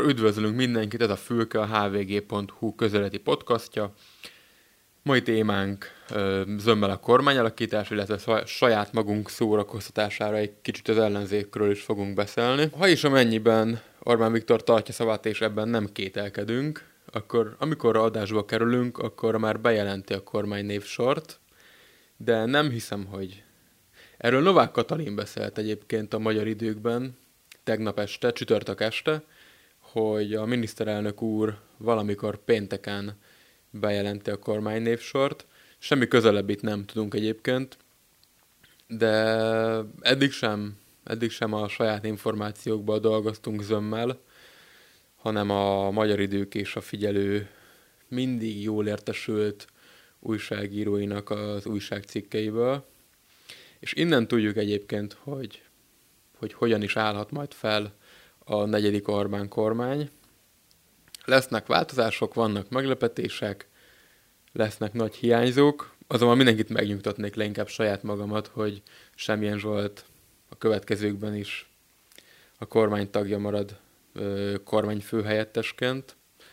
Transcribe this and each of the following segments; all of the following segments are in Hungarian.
üdvözlünk mindenkit, ez a Fülke, a hvg.hu közeleti podcastja. Mai témánk zömmel a kormányalakítás, illetve saját magunk szórakoztatására egy kicsit az ellenzékről is fogunk beszélni. Ha is amennyiben Orbán Viktor tartja szavát, és ebben nem kételkedünk, akkor amikor adásba kerülünk, akkor már bejelenti a kormány névsort, de nem hiszem, hogy... Erről Novák Katalin beszélt egyébként a Magyar Időkben tegnap este, csütörtök este, hogy a miniszterelnök úr valamikor pénteken bejelenti a kormány névsort. Semmi közelebbit nem tudunk egyébként, de eddig sem a saját információkban dolgoztunk zömmel, hanem a Magyar Idők és a Figyelő mindig jól értesült újságíróinak az újságcikkeiből. És innen tudjuk egyébként, hogy hogyan is állhat majd fel a negyedik Orbán kormány. Lesznek változások, vannak meglepetések, lesznek nagy hiányzók, azonban mindenkit megnyugtatnék, le inkább saját magamat, hogy Semjén Zsolt a következőkben is a kormány tagja marad kormányfőhelyettesként.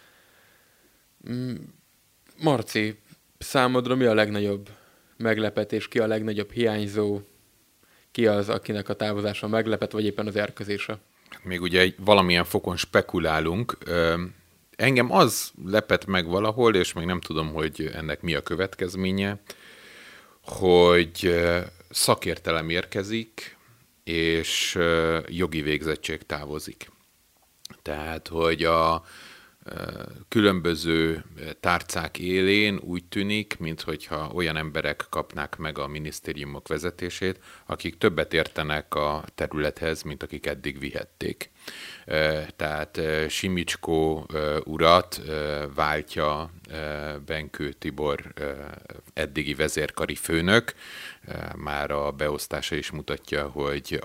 Marci, számodra mi a legnagyobb meglepetés, ki a legnagyobb hiányzó, ki az, akinek a távozása meglepett, vagy éppen az érkezése? Még ugye valamilyen fokon spekulálunk. Engem az lepett meg valahol, és még nem tudom, hogy ennek mi a következménye, hogy szakértelem érkezik, és jogi végzettség távozik. Tehát, hogy a különböző tárcák élén úgy tűnik, minthogyha olyan emberek kapnák meg a minisztériumok vezetését, akik többet értenek a területhez, mint akik eddig vihették. Tehát Simicskó urat váltja Benkő Tibor eddigi vezérkari főnök. Már a beosztása is mutatja, hogy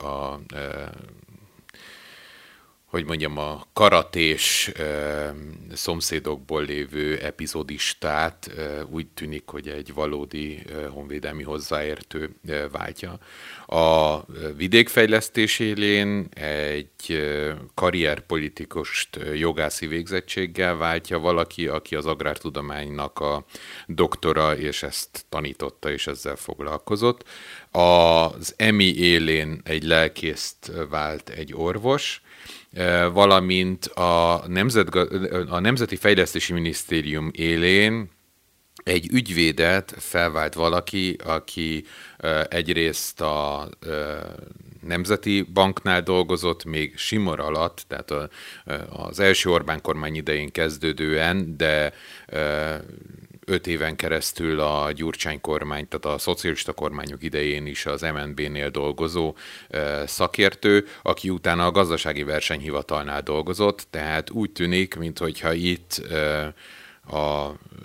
a karatés szomszédokból lévő epizodistát úgy tűnik, hogy egy valódi honvédelmi hozzáértő váltja. A vidékfejlesztés élén egy karrierpolitikust jogászi végzettséggel váltja valaki, aki az agrártudománynak a doktora, és ezt tanította, és ezzel foglalkozott. Az EMI élén egy lelkészt vált egy orvos, valamint a Nemzeti Fejlesztési Minisztérium élén egy ügyvédet felvált valaki, aki egyrészt a Nemzeti Banknál dolgozott még Simor alatt, tehát az első Orbán kormány idején kezdődően, de 5 éven keresztül a Gyurcsány kormány, tehát a szocialista kormányok idején is az MNB-nél dolgozó szakértő, aki utána a gazdasági versenyhivatalnál dolgozott, tehát úgy tűnik, minthogyha itt a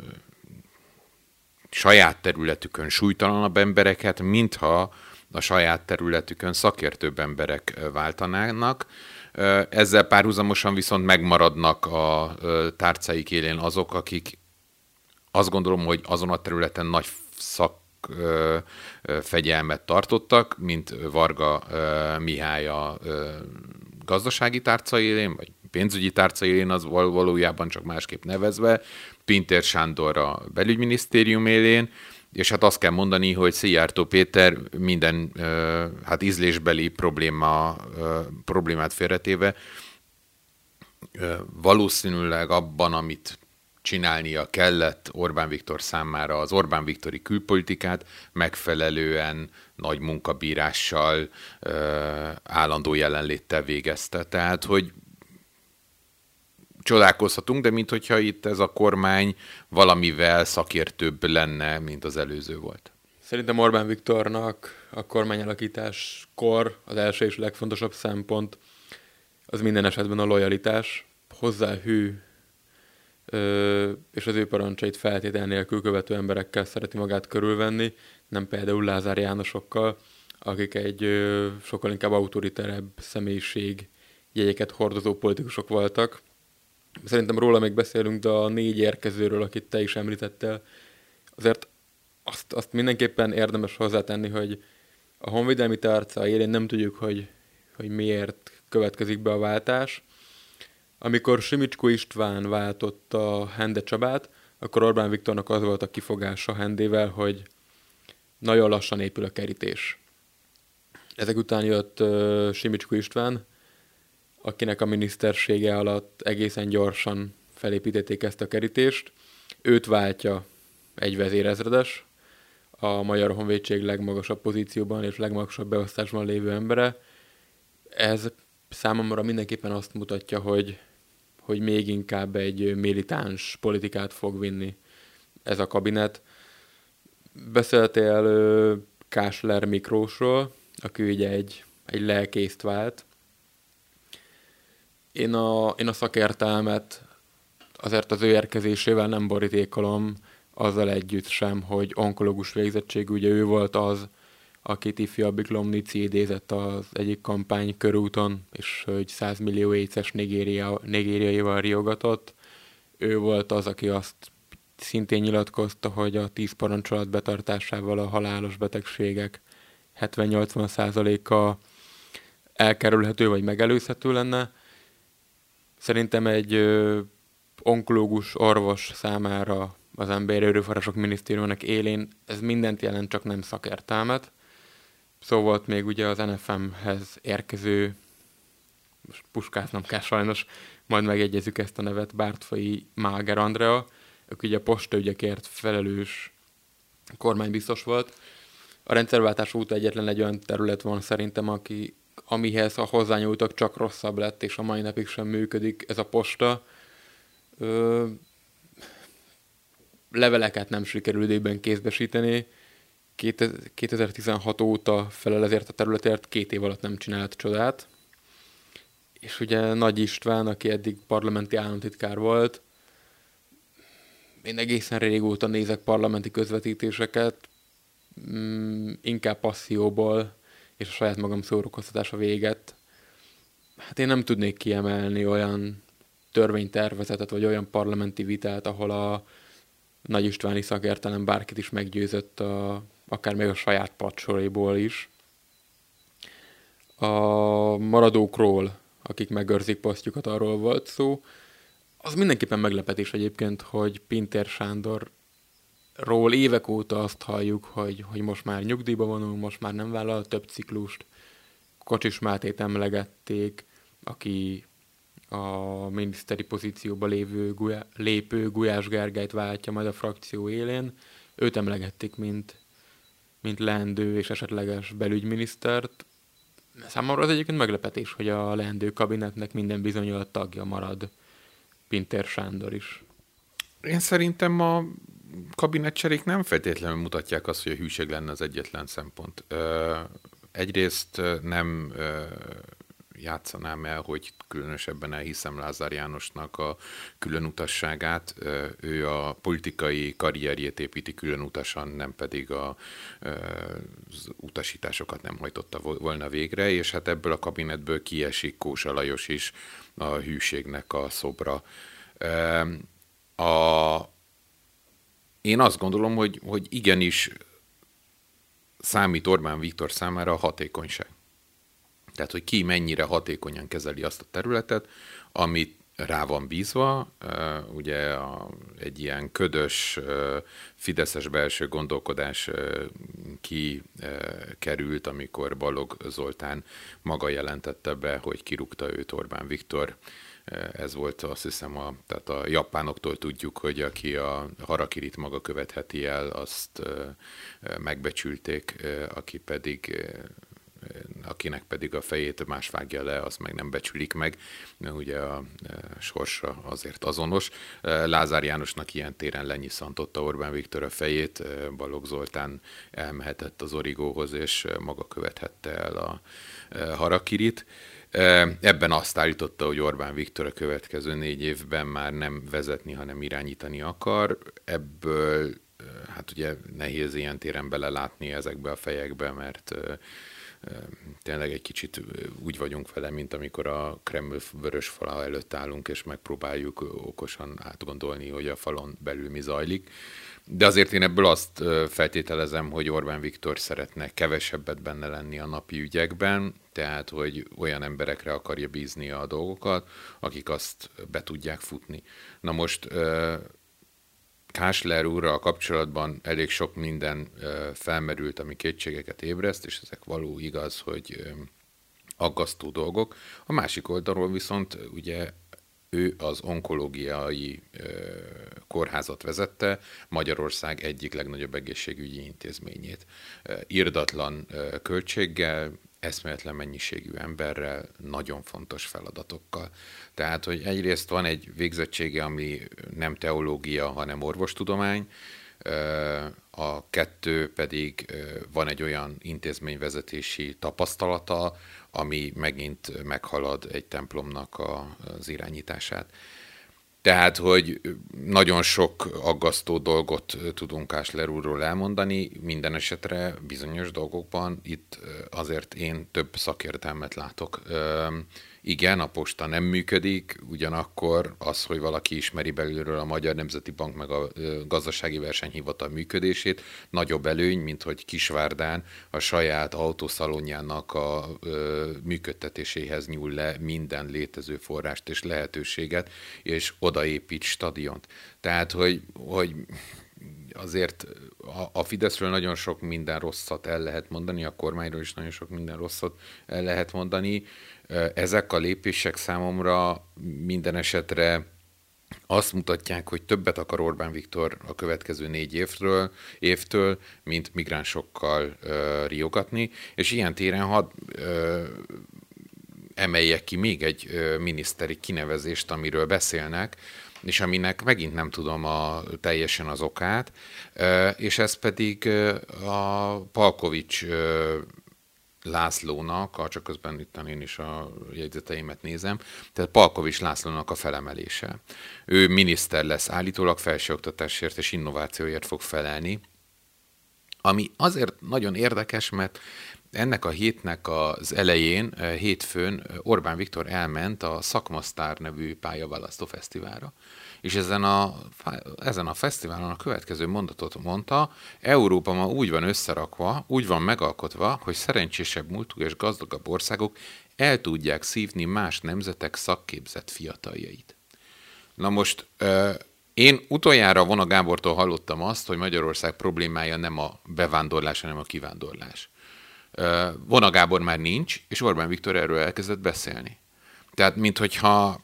saját területükön súlytalanabb embereket, mintha a saját területükön szakértőbb emberek váltanának. Ezzel párhuzamosan viszont megmaradnak a tárcáik élén azok, akik azt gondolom, hogy azon a területen nagy szakfegyelmet tartottak, mint Varga Mihály a gazdasági tárca élén, vagy pénzügyi tárca élén, az valójában csak másképp nevezve, Pintér Sándor a belügyminisztérium élén, és hát azt kell mondani, hogy Szijjártó Péter minden ízlésbeli problémát félretéve valószínűleg abban, amit csinálnia kellett Orbán Viktor számára, az Orbán Viktori külpolitikát megfelelően nagy munkabírással, állandó jelenléttel végezte. Tehát, hogy csodálkozhatunk, de minthogyha itt ez a kormány valamivel szakértőbb lenne, mint az előző volt. Szerintem Orbán Viktornak a kormányalakításkor az első és legfontosabb szempont az minden esetben a lojalitás, hozzá hű és az ő parancsait feltétel nélkül követő emberekkel szereti magát körülvenni, nem például Lázár Jánosokkal, akik egy sokkal inkább autoriterebb személyiség jegyeket hordozó politikusok voltak. Szerintem róla még beszélünk, de a 4 érkezőről, akit te is említettél, azért azt mindenképpen érdemes hozzátenni, hogy a honvédelmi tárca élén nem tudjuk, hogy miért következik be a váltás. Amikor Simicskó István váltotta Hende Csabát, akkor Orbán Viktornak az volt a kifogása Hendével, hogy nagyon lassan épül a kerítés. Ezek után jött Simicskó István, akinek a minisztersége alatt egészen gyorsan felépítették ezt a kerítést. Őt váltja egy vezérezredes, a Magyar Honvédség legmagasabb pozícióban és legmagasabb beosztásban lévő embere. Ez számomra mindenképpen azt mutatja, hogy még inkább egy militáns politikát fog vinni ez a kabinet. Beszéltél Kásler Miklósról, aki ugye egy lelkészt vált. Én a szakértelmet azért az ő érkezésével nem borítékolom, azzal együtt sem, hogy onkológus végzettségű, ugye ő volt az, akit ifjabbik Lomnici idézett az egyik kampány körúton, és hogy 100 millió éces nigériaival riogatott. Ő volt az, aki azt szintén nyilatkozta, hogy a 10 parancsolat betartásával a halálos betegségek 70-80%-a elkerülhető vagy megelőzhető lenne. Szerintem egy onkológus orvos számára az Emberi Erőforrások Minisztériumának élén ez mindent jelent, csak nem szakértelmet. Szó volt még ugye az NFM-hez érkező, most puskáznom kell sajnos, majd megegyezzük ezt a nevet, Bártfai Máger Andrea, aki ugye a postaügyekért felelős kormánybiztos volt. A rendszerváltás óta egyetlen egy olyan terület van szerintem, amihez a hozzányúltak csak rosszabb lett, és a mai napig sem működik ez a posta. Leveleket nem sikerül időben kézbesíteni. 2016 óta felel ezért a területért, 2 év alatt nem csinált csodát. És ugye Nagy István, aki eddig parlamenti államtitkár volt, én egészen régóta nézek parlamenti közvetítéseket, inkább passzióból és a saját magam szórakoztatása véget. Hát én nem tudnék kiemelni olyan törvénytervezetet, vagy olyan parlamenti vitát, ahol a Nagy Istváni szakértelem bárkit is meggyőzött, akár még a saját padsoraiból is. A maradókról, akik megőrzik posztjukat, arról volt szó. Az mindenképpen meglepetés egyébként, hogy Pintér Sándorról évek óta azt halljuk, hogy most már nyugdíjba vonul, most már nem vállal több ciklust. Kocsis Mátét emlegették, aki a miniszteri pozícióba lépő Gulyás Gergelyt váltja majd a frakció élén. Őt emlegették, mint leendő és esetleges belügyminisztert. Számomra az egyébként meglepetés, hogy a leendő kabinetnek minden bizonnyal tagja marad Pintér Sándor is. Én szerintem a kabinetcserék nem feltétlenül mutatják azt, hogy a hűség lenne az egyetlen szempont. Egyrészt nem játszanám el, hogy különösebben elhiszem Lázár Jánosnak a különutasságát. Ő a politikai karrierjét építi különutasan, nem pedig az utasításokat nem hajtotta volna végre, és hát ebből a kabinetből kiesik Kósa Lajos is, a hűségnek a szobra. Én azt gondolom, hogy igenis számít Orbán Viktor számára a hatékonyság. Tehát, hogy ki mennyire hatékonyan kezeli azt a területet, amit rá van bízva. Ugye egy ilyen ködös, fideszes belső gondolkodás kikerült, amikor Balogh Zoltán maga jelentette be, hogy kirúgta őt Orbán Viktor. Ez volt, azt hiszem, tehát a japánoktól tudjuk, hogy aki a harakirit maga követheti el, azt megbecsülték, akinek pedig a fejét más vágja le, azt meg nem becsülik meg. Ugye a sorsa azért azonos. Lázár Jánosnak ilyen téren lenyiszantotta Orbán Viktor a fejét, Balogh Zoltán elmehetett az origóhoz, és maga követhette el a harakirit. Ebben azt állította, hogy Orbán Viktor a következő 4 évben már nem vezetni, hanem irányítani akar. Ebből hát ugye nehéz ilyen téren belelátni ezekbe a fejekbe, mert tényleg egy kicsit úgy vagyunk vele, mint amikor a Kreml vörös fala előtt állunk, és megpróbáljuk okosan átgondolni, hogy a falon belül mi zajlik. De azért én ebből azt feltételezem, hogy Orbán Viktor szeretne kevesebbet benne lenni a napi ügyekben, Tehát, hogy olyan emberekre akarja bízni a dolgokat, akik azt be tudják futni. Na most Kásler úrral kapcsolatban elég sok minden felmerült, ami kétségeket ébreszt, és ezek való igaz, hogy aggasztó dolgok. A másik oldalról viszont ugye ő az onkológiai kórházat vezette, Magyarország egyik legnagyobb egészségügyi intézményét. Irdatlan költséggel, eszméletlen mennyiségű emberrel, nagyon fontos feladatokkal. Tehát, hogy egyrészt van egy végzettsége, ami nem teológia, hanem orvostudomány, a kettő pedig van egy olyan intézményvezetési tapasztalata, ami megint meghalad egy templomnak az irányítását. Tehát, hogy nagyon sok aggasztó dolgot tudunk Kásler úrról elmondani, minden esetre bizonyos dolgokban itt azért én több szakértelmet látok. Igen, a posta nem működik, ugyanakkor az, hogy valaki ismeri belülről a Magyar Nemzeti Bank meg a Gazdasági Versenyhivatal működését, nagyobb előny, mint hogy Kisvárdán a saját autószalonjának a működtetéséhez nyúl le minden létező forrást és lehetőséget, és odaépít stadiont. Tehát, hogy azért a Fideszről nagyon sok minden rosszat el lehet mondani, a kormányról is nagyon sok minden rosszat el lehet mondani. Ezek a lépések számomra minden esetre azt mutatják, hogy többet akar Orbán Viktor a következő 4 évtől, mint migránsokkal riogatni, és ilyen téren hadd emeljek ki még egy miniszteri kinevezést, amiről beszélnek, és aminek megint nem tudom teljesen az okát, és ez pedig a Palkovics Lászlónak, csak közben itt én is a jegyzeteimet nézem, tehát Palkovics Lászlónak a felemelése. Ő miniszter lesz állítólag, felsőoktatásért és innovációért fog felelni, ami azért nagyon érdekes, mert ennek a hétnek az elején, hétfőn Orbán Viktor elment a Szakmasztár nevű pályaválasztó fesztiválra. És ezen a fesztiválon a következő mondatot mondta: Európa ma úgy van összerakva, úgy van megalkotva, hogy szerencsésebb múltú és gazdagabb országok el tudják szívni más nemzetek szakképzett fiataljait. Na most én utoljára Vona Gábortól hallottam azt, hogy Magyarország problémája nem a bevándorlás, hanem a kivándorlás. Vona Gábor már nincs, és Orbán Viktor erről elkezdett beszélni. Tehát, minthogyha,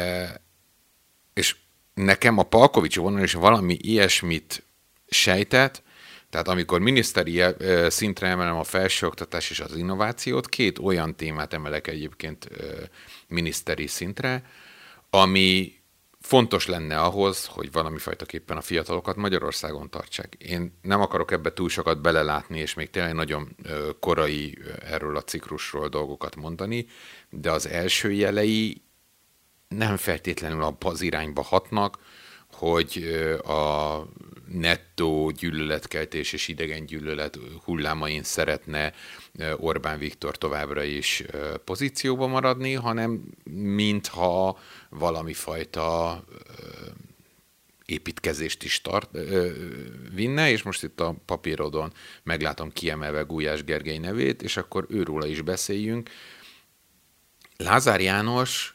és nekem a Palkovics vonal is valami ilyesmit sejtett, tehát amikor miniszteri szintre emelem a felsőoktatás és az innovációt, 2 olyan témát emelek egyébként miniszteri szintre, ami fontos lenne ahhoz, hogy valamifajtaképpen a fiatalokat Magyarországon tartsák. Én nem akarok ebbe túl sokat belelátni, és még tényleg nagyon korai erről a ciklusról dolgokat mondani, de az első jelei nem feltétlenül abba az irányba hatnak, hogy a nettó gyűlöletkeltés és idegen gyűlölet hullámain szeretne Orbán Viktor továbbra is pozícióba maradni, hanem mintha valami fajta építkezést is vinne, és most itt a papírodon meglátom kiemelve Gulyás Gergely nevét, és akkor őróla is beszéljünk. Lázár János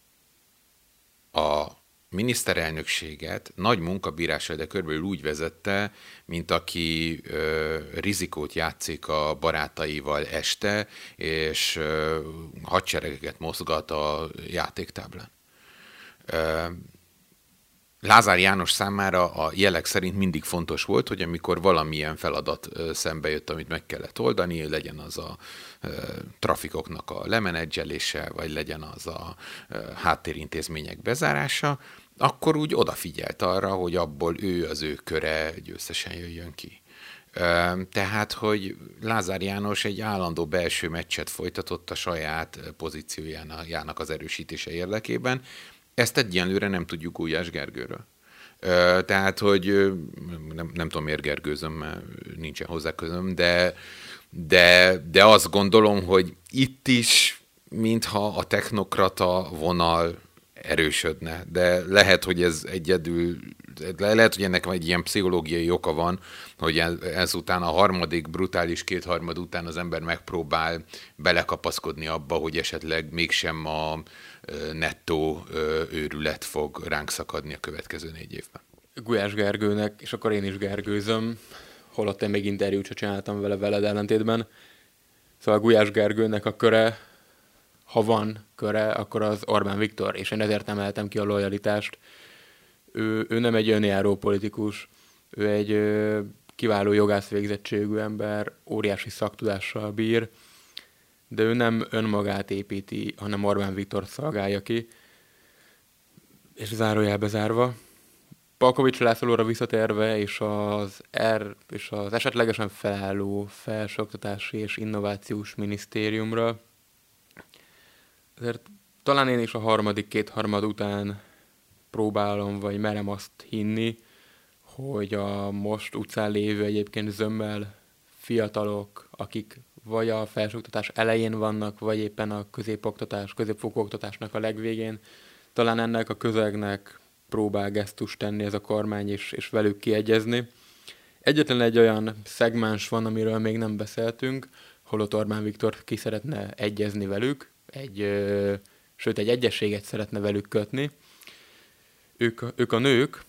a miniszterelnökséget nagy munkabírással, de körülbelül úgy vezette, mint aki rizikót játszik a barátaival este, és hadseregeket mozgat a játéktáblán. Lázár János számára a jelek szerint mindig fontos volt, hogy amikor valamilyen feladat szembe jött, amit meg kellett oldani, legyen az a trafikoknak a lemenedzselése, vagy legyen az a háttérintézmények bezárása, akkor úgy odafigyelt arra, hogy abból ő az ő köre győztesen jöjjön ki. Tehát, hogy Lázár János egy állandó belső meccset folytatott a saját pozíciójának az erősítése érdekében. Ezt egyenlőre nem tudjuk Gulyás Gergőről. Tehát, hogy nem tudom, miért Gergőzöm, mert nincsen hozzá közöm, de azt gondolom, hogy itt is, mintha a technokrata vonal erősödne. De lehet, hogy ez egyedül lehet, hogy ennek egy ilyen pszichológiai oka van, hogy ezután a harmadik brutális kétharmad után az ember megpróbál belekapaszkodni abba, hogy esetleg mégsem a nettó őrület fog ránk szakadni a következő 4 évben. Gulyás Gergőnek, és akkor én is gergőzöm, holott én még interjút sem csináltam veled ellentétben. Szóval Gulyás Gergőnek a köre, ha van köre, akkor az Orbán Viktor, és én ezért emeltem ki a lojalitást. Ő nem egy önjáró politikus, ő egy kiváló jogász végzettségű ember, óriási szaktudással bír, de ő nem önmagát építi, hanem Orbán Viktor szolgálja ki, és zárójelbe zárva. Palkovics Lászlóra visszatérve, és az esetlegesen felálló Felsőoktatási és Innovációs Minisztériumra, azért talán én is a harmadik kétharmad után próbálom, vagy merem azt hinni, hogy a most utcán lévő egyébként zömmel fiatalok, akik vagy a felsőoktatás elején vannak, vagy éppen a középfokú oktatásnak a legvégén, talán ennek a közegnek próbál gesztust tenni ez a kormány, és velük kiegyezni. Egyetlen egy olyan szegmens van, amiről még nem beszéltünk, holott Orbán Viktor ki szeretne egyezni velük, sőt egy egyezséget szeretne velük kötni. Ők a nők,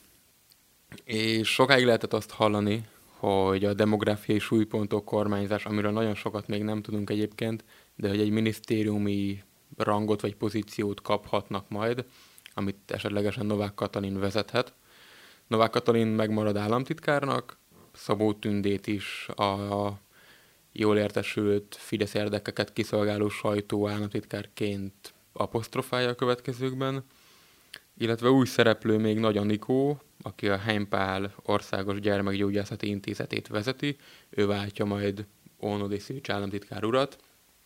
és sokáig lehetett azt hallani, hogy a demográfiai súlypontok kormányzás, amiről nagyon sokat még nem tudunk egyébként, de hogy egy minisztériumi rangot vagy pozíciót kaphatnak majd, amit esetlegesen Novák Katalin vezethet. Novák Katalin megmarad államtitkárnak, Szabó Tündét is a jól értesült Fidesz érdekeket kiszolgáló sajtó államtitkárként apostrofálja a következőkben, illetve új szereplő még Nagy Anikó, aki a Heimpál Országos Gyermekgyógyászati Intézetét vezeti, ő váltja majd Ónodi Szűcs államtitkár urat.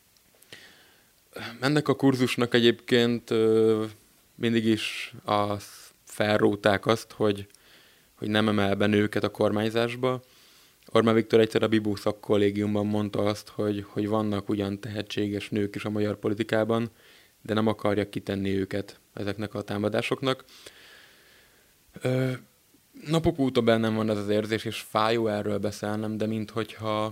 Ennek a kurzusnak egyébként mindig is felróták azt, hogy nem emel be nőket a kormányzásba. Orbán Viktor egyszer a Bibó szakkollégiumban mondta azt, hogy vannak ugyan tehetséges nők is a magyar politikában, de nem akarja kitenni őket ezeknek a támadásoknak. Napok óta bennem van ez az érzés, és fájó erről beszélnem, de minthogyha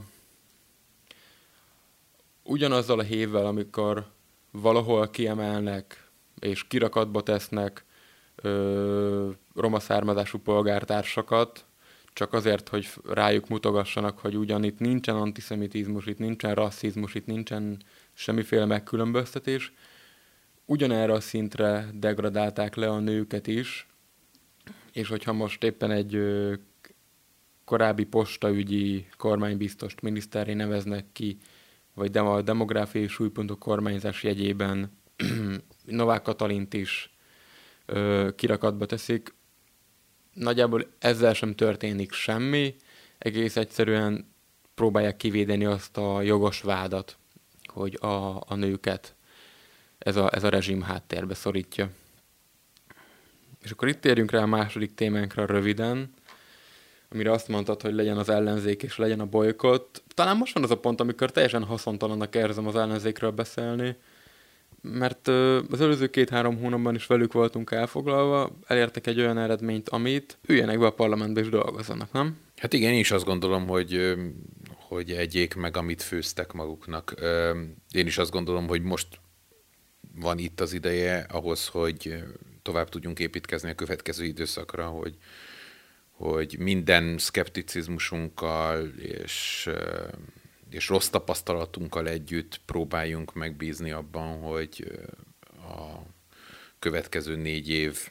ugyanazzal a hévvel, amikor valahol kiemelnek és kirakatba tesznek roma származású polgártársakat, csak azért, hogy rájuk mutogassanak, hogy ugyan itt nincsen antiszemitizmus, itt nincsen rasszizmus, itt nincsen semmiféle megkülönböztetés. Ugyanerre a szintre degradálták le a nőket is, és hogyha most éppen egy korábbi postaügyi kormánybiztost miniszterré neveznek ki, vagy a demográfiai súlypontok kormányzás jegyében Novák Katalint is kirakatba teszik, nagyjából ezzel sem történik semmi, egész egyszerűen próbálják kivédeni azt a jogos vádat, hogy a nőket ez a rezsim háttérbe szorítja. És akkor itt térjünk rá a második témánkra röviden, amire azt mondtad, hogy legyen az ellenzék és legyen a bolykott. Talán most van az a pont, amikor teljesen haszontalannak érzem az ellenzékről beszélni, mert az előző 2-3 hónapban is velük voltunk elfoglalva, elértek egy olyan eredményt, amit üljenek be a parlamentbe és dolgozzanak, nem? Hát igen, én is azt gondolom, hogy egyék meg, amit főztek maguknak. Én is azt gondolom, hogy most van itt az ideje ahhoz, hogy tovább tudjunk építkezni a következő időszakra, hogy minden szkepticizmusunkkal és rossz tapasztalatunkkal együtt próbáljunk megbízni abban, hogy a következő 4 év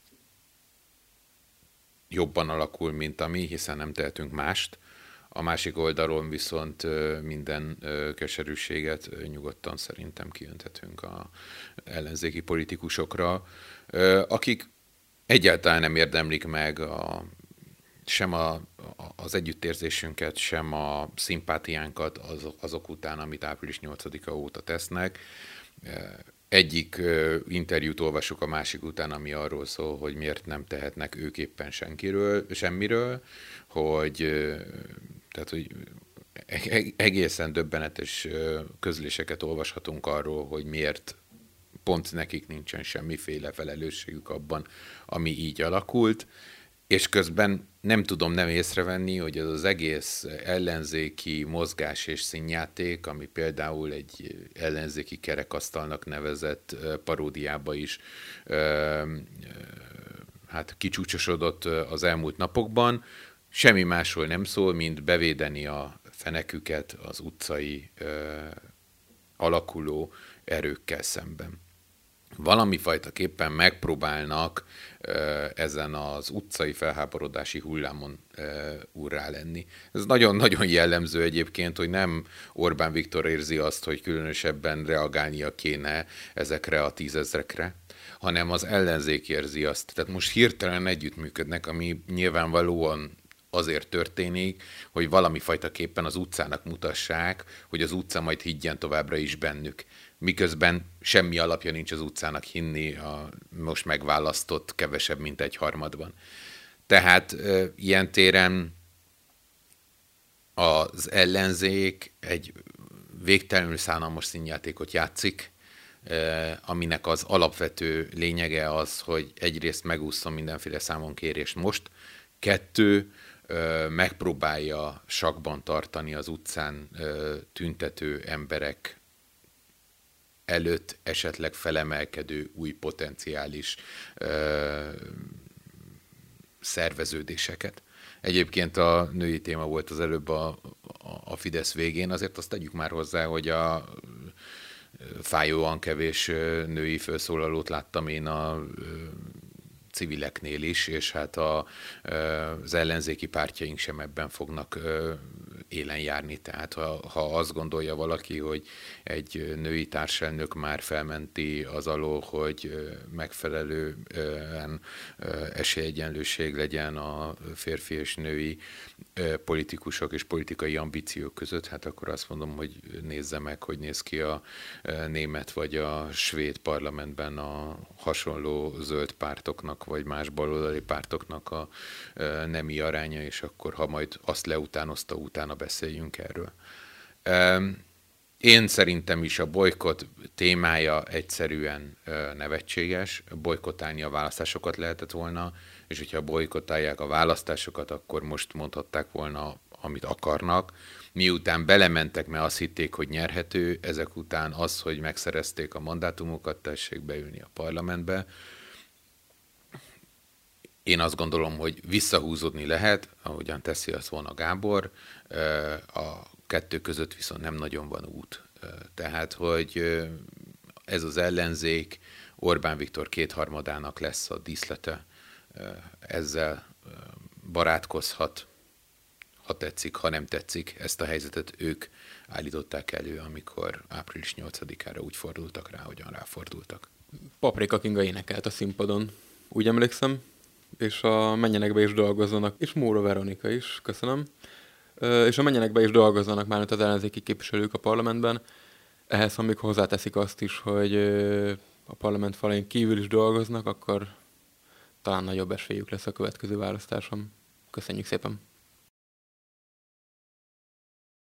jobban alakul, mint a mi, hiszen nem tehetünk mást. A másik oldalon viszont minden keserűséget nyugodtan szerintem kiönthetünk az ellenzéki politikusokra, akik egyáltalán nem érdemlik meg sem az együttérzésünket, sem a szimpátiánkat azok után, amit április 8-a óta tesznek. Egyik interjút olvasok a másik után, ami arról szól, hogy miért nem tehetnek ők éppen semmiről, hogy egészen döbbenetes közléseket olvashatunk arról, hogy miért pont nekik nincsen semmiféle felelősségük abban, ami így alakult. És közben nem tudom nem észrevenni, hogy az egész ellenzéki mozgás és színjáték, ami például egy ellenzéki kerekasztalnak nevezett paródiába is hát kicsúcsosodott az elmúlt napokban, semmi másról nem szól, mint bevédeni a feneküket az utcai alakuló erőkkel szemben. Valami fajtaképpen megpróbálnak ezen az utcai felháborodási hullámon úrrá lenni. Ez nagyon-nagyon jellemző egyébként, hogy nem Orbán Viktor érzi azt, hogy különösebben reagálnia kéne ezekre a tízezrekre, hanem az ellenzék érzi azt. Tehát most hirtelen együttműködnek, ami nyilvánvalóan azért történik, hogy valami fajtaképpen az utcának mutassák, hogy az utca majd higgyen továbbra is bennük. Miközben semmi alapja nincs az utcának hinni a most megválasztott kevesebb, mint 1/3. Tehát ilyen téren az ellenzék egy végtelenül szánalmas színjátékot játszik, aminek az alapvető lényege az, hogy egyrészt megússzon mindenféle számonkérést most, 2, megpróbálja sakban tartani az utcán tüntető emberek előtt esetleg felemelkedő új potenciális szerveződéseket. Egyébként a női téma volt az előbb a Fidesz végén, azért azt tegyük már hozzá, hogy a fájóan kevés női felszólalót láttam én a civileknél is, és hát az ellenzéki pártjaink sem ebben fognak élen járni. Tehát ha azt gondolja valaki, hogy egy női társelnök már felmenti az alól, hogy megfelelően esélyegyenlőség legyen a férfi és női politikusok és politikai ambíciók között, hát akkor azt mondom, hogy nézze meg, hogy néz ki a német vagy a svéd parlamentben a hasonló zöld pártoknak, vagy más baloldali pártoknak a nemi aránya, és akkor, ha majd azt leutánozta, utána beszéljünk erről. Én szerintem is a bolykott témája egyszerűen nevetséges. Bolykotálni a választásokat lehetett volna, és hogyha bolykottálják a választásokat, akkor most mondhatták volna, amit akarnak. Miután belementek, mert azt hitték, hogy nyerhető, ezek után az, hogy megszerezték a mandátumokat, tessék beülni a parlamentbe. Én azt gondolom, hogy visszahúzódni lehet, ahogyan teszi azt volna Gábor, a kettő között viszont nem nagyon van út. Tehát, hogy ez az ellenzék Orbán Viktor 2/3 lesz a díszlete, ezzel barátkozhat, ha tetszik, ha nem tetszik. Ezt a helyzetet ők állították elő, amikor április 8-ára úgy fordultak rá, hogyan ráfordultak. Paprika Kinga énekelt a színpadon, úgy emlékszem, és a Menjenek be is dolgozzanak, és Móra Veronika is, köszönöm, és a Menjenek be is dolgozzanak már az ellenzéki képviselők a parlamentben. Ehhez, amikor hozzáteszik azt is, hogy a parlament falain kívül is dolgoznak, akkor talán nagyobb esélyük lesz a következő választáson. Köszönjük szépen!